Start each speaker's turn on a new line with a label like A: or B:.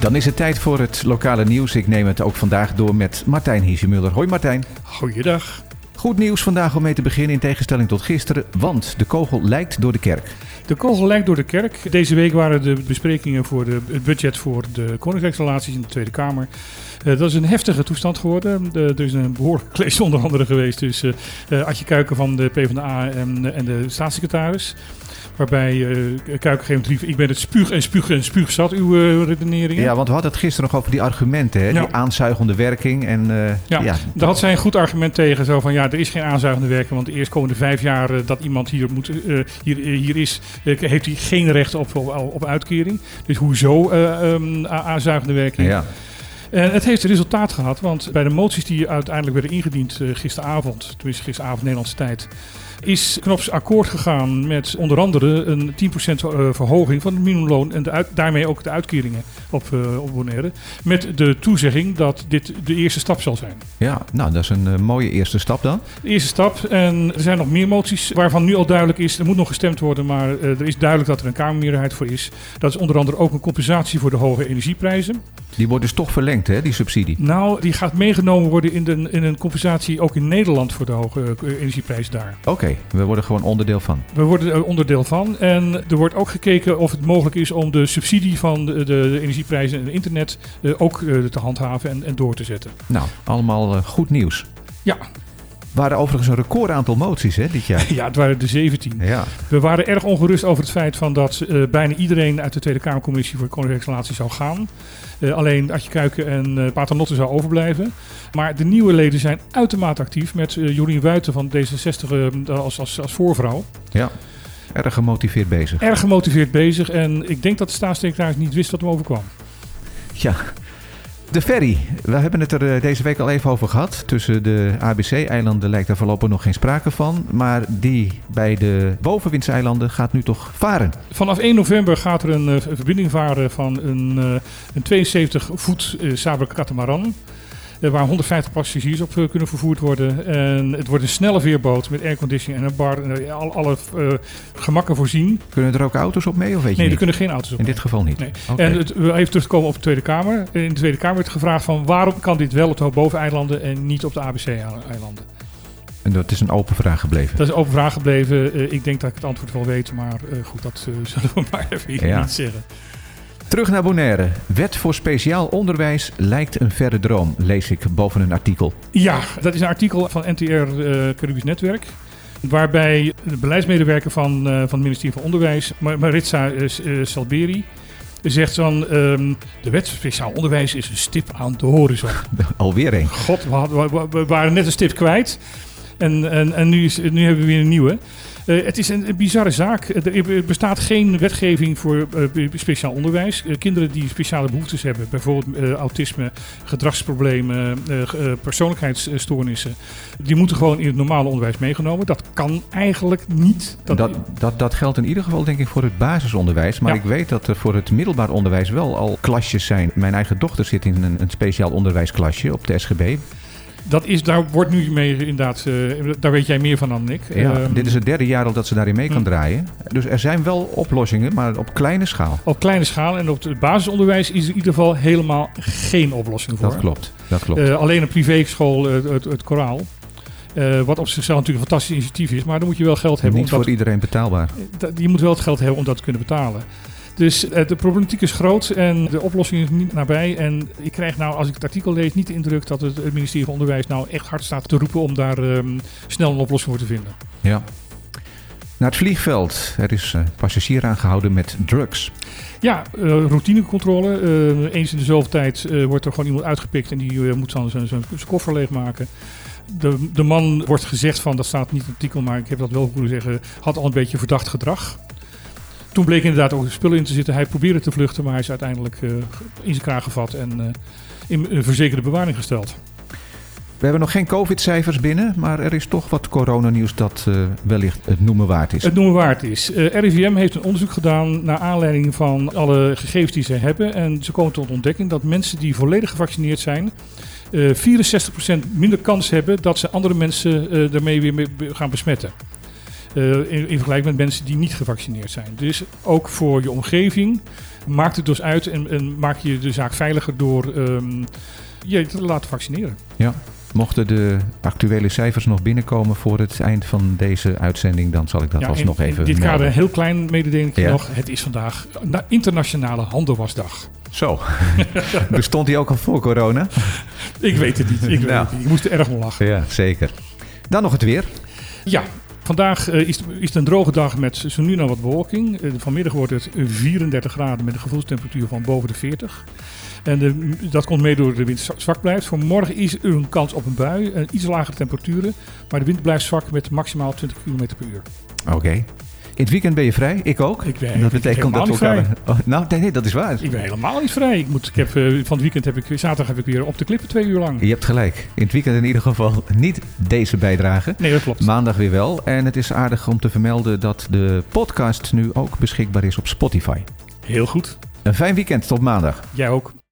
A: Dan is het tijd voor het lokale nieuws. Ik neem het ook vandaag door met Martijn Hiesemuller. Hoi Martijn.
B: Goeiedag.
A: Goed nieuws vandaag om mee te beginnen in tegenstelling tot gisteren, want de kogel lijkt door de kerk.
B: De kogel lijkt door de kerk. Deze week waren de besprekingen voor het budget voor de Koninkrijksrelaties in de Tweede Kamer. Dat is een heftige toestand geworden. Er is een behoorlijk college onder andere geweest tussen Adje Kuiken van de PvdA en de staatssecretaris. Waarbij Kuiken geeft brief, ik ben het spuug zat, uw redeneringen.
A: Ja, want we hadden het gisteren nog over die argumenten, hè? Die aanzuigende werking. En,
B: daar had zij een goed argument tegen. Zo van, er is geen aanzuigende werking, want de eerstkomende 5 jaar dat iemand hier is, heeft hij geen recht op uitkering. Dus hoezo aanzuigende werking?
A: Ja.
B: En het heeft resultaat gehad, want bij de moties die uiteindelijk werden ingediend gisteravond, tenminste gisteravond Nederlandse tijd, is Knops akkoord gegaan met onder andere een 10% verhoging van het minimumloon en daarmee ook de uitkeringen op Bonaire. Met de toezegging dat dit de eerste stap zal zijn. Ja,
A: nou dat is een mooie eerste stap dan.
B: De eerste stap. En er zijn nog meer moties waarvan nu al duidelijk is, er moet nog gestemd worden, maar er is duidelijk dat er een Kamermeerderheid voor is. Dat is onder andere ook een compensatie voor de hoge energieprijzen.
A: Die wordt dus toch verlengd, hè, die subsidie?
B: Nou, die gaat meegenomen worden in een compensatie ook in Nederland voor de hoge energieprijs daar.
A: Oké, we worden gewoon onderdeel van.
B: We worden er onderdeel van. En er wordt ook gekeken of het mogelijk is om de subsidie van de energieprijzen en het internet ook te handhaven en door te zetten.
A: Nou, allemaal goed nieuws.
B: Ja.
A: Waren overigens een record aantal moties dit jaar.
B: Ja, het waren er 17.
A: Ja.
B: We waren erg ongerust over het feit dat bijna iedereen uit de Tweede Kamercommissie voor Koninkrijksrelaties zou gaan. Alleen Adje Kuiken en Paternotte zou overblijven. Maar de nieuwe leden zijn uitermate actief met Jorien Wuiten van D66 als voorvrouw.
A: Ja, erg gemotiveerd bezig.
B: Erg gemotiveerd bezig en ik denk dat de staatssecretaris niet wist wat hem overkwam.
A: Ja. De ferry, we hebben het er deze week al even over gehad. Tussen de ABC-eilanden lijkt er voorlopig nog geen sprake van. Maar die bij de bovenwindseilanden gaat nu toch varen?
B: Vanaf 1 november gaat er een verbinding varen van een 72-voet Sabre Catamaran. Waar 150 passagiers op kunnen vervoerd worden. En het wordt een snelle veerboot met airconditioning en een bar. Alle gemakken voorzien.
A: Kunnen er ook auto's op mee of weet je niet?
B: Nee, er kunnen geen auto's op
A: mee. In dit geval niet?
B: Nee.
A: Okay.
B: En even terug te komen op de Tweede Kamer. In de Tweede Kamer werd gevraagd van waarom kan dit wel op de boveneilanden en niet op de ABC-eilanden?
A: En dat is een open vraag gebleven? Dat
B: is een open vraag gebleven. Ik denk dat ik het antwoord wel weet, maar goed, dat zullen we maar even hier niet zeggen.
A: Terug naar Bonaire. Wet voor speciaal onderwijs lijkt een verre droom, lees ik boven een artikel.
B: Ja, dat is een artikel van NTR Caribisch Netwerk. Waarbij de beleidsmedewerker van het ministerie van Onderwijs, Maritza Salberi, zegt van de wet voor speciaal onderwijs is een stip aan de horizon.
A: Alweer een.
B: God, we waren net een stip kwijt en nu hebben we weer een nieuwe. Het is een bizarre zaak. Er bestaat geen wetgeving voor speciaal onderwijs. Kinderen die speciale behoeftes hebben, bijvoorbeeld autisme, gedragsproblemen, persoonlijkheidsstoornissen, die moeten gewoon in het normale onderwijs meegenomen. Dat kan eigenlijk niet.
A: Dat geldt in ieder geval denk ik voor het basisonderwijs. Maar ik weet dat er voor het middelbaar onderwijs wel al klasjes zijn. Mijn eigen dochter zit in een speciaal onderwijsklasje op de SGB.
B: Daar wordt nu mee inderdaad, daar weet jij meer van dan ik.
A: Ja, dit is het 3e jaar al dat ze daarin mee kan draaien. Dus er zijn wel oplossingen, maar op kleine schaal. Op
B: kleine schaal en op het basisonderwijs is er in ieder geval helemaal geen oplossing voor.
A: Dat klopt.
B: Alleen een privéschool, het Koraal. Wat op zichzelf natuurlijk een fantastisch initiatief is, maar dan moet je wel geld hebben.
A: Niet voor iedereen betaalbaar.
B: Je moet wel het geld hebben om dat te kunnen betalen. Dus de problematiek is groot en de oplossing is niet nabij. En ik krijg nou, als ik het artikel lees, niet de indruk dat het ministerie van Onderwijs nou echt hard staat te roepen om daar snel een oplossing voor te vinden.
A: Ja. Naar het vliegveld. Er is passagier aangehouden met drugs.
B: Ja, routinecontrole. Eens in de zoveel tijd wordt er gewoon iemand uitgepikt en die moet dan zijn koffer leegmaken. De man wordt gezegd van, dat staat niet in het artikel, maar ik heb dat wel kunnen zeggen, had al een beetje verdacht gedrag. Toen bleek inderdaad ook spullen in te zitten. Hij probeerde te vluchten, maar hij is uiteindelijk in zijn kraag gevat en in verzekerde bewaring gesteld.
A: We hebben nog geen COVID-cijfers binnen, maar er is toch wat coronanieuws dat wellicht het noemen waard is.
B: Het noemen waard is. RIVM heeft een onderzoek gedaan naar aanleiding van alle gegevens die ze hebben. En ze komen tot ontdekking dat mensen die volledig gevaccineerd zijn 64% minder kans hebben dat ze andere mensen daarmee weer gaan besmetten. In vergelijking met mensen die niet gevaccineerd zijn. Dus ook voor je omgeving maakt het dus uit en maak je de zaak veiliger door je te laten vaccineren.
A: Ja. Mochten de actuele cijfers nog binnenkomen voor het eind van deze uitzending, dan zal ik dat alsnog even
B: in dit
A: melden.
B: kader een heel klein mededelingje nog. Het is vandaag Internationale Handenwasdag.
A: Zo. Bestond die ook al voor corona?
B: Ik weet het niet. Ik moest er erg om lachen.
A: Ja, zeker. Dan nog het weer.
B: Ja. Vandaag is het een droge dag met zo nu nog wat bewolking. Vanmiddag wordt het 34 graden met een gevoelstemperatuur van boven de 40. En dat komt mee door de wind zwak blijft. Voor morgen is er een kans op een bui. Iets lagere temperaturen. Maar de wind blijft zwak met maximaal 20 km per uur.
A: Oké. In het weekend ben je vrij, ik ook.
B: Dat betekent dat we elkaar...
A: Nee, dat is waar.
B: Ik ben helemaal niet vrij. Van het weekend zaterdag heb ik weer op de klippen 2 uur lang.
A: Je hebt gelijk. In het weekend in ieder geval niet deze bijdrage.
B: Nee, dat klopt.
A: Maandag weer wel. En het is aardig om te vermelden dat de podcast nu ook beschikbaar is op Spotify.
B: Heel goed.
A: Een fijn weekend, tot maandag.
B: Jij ook.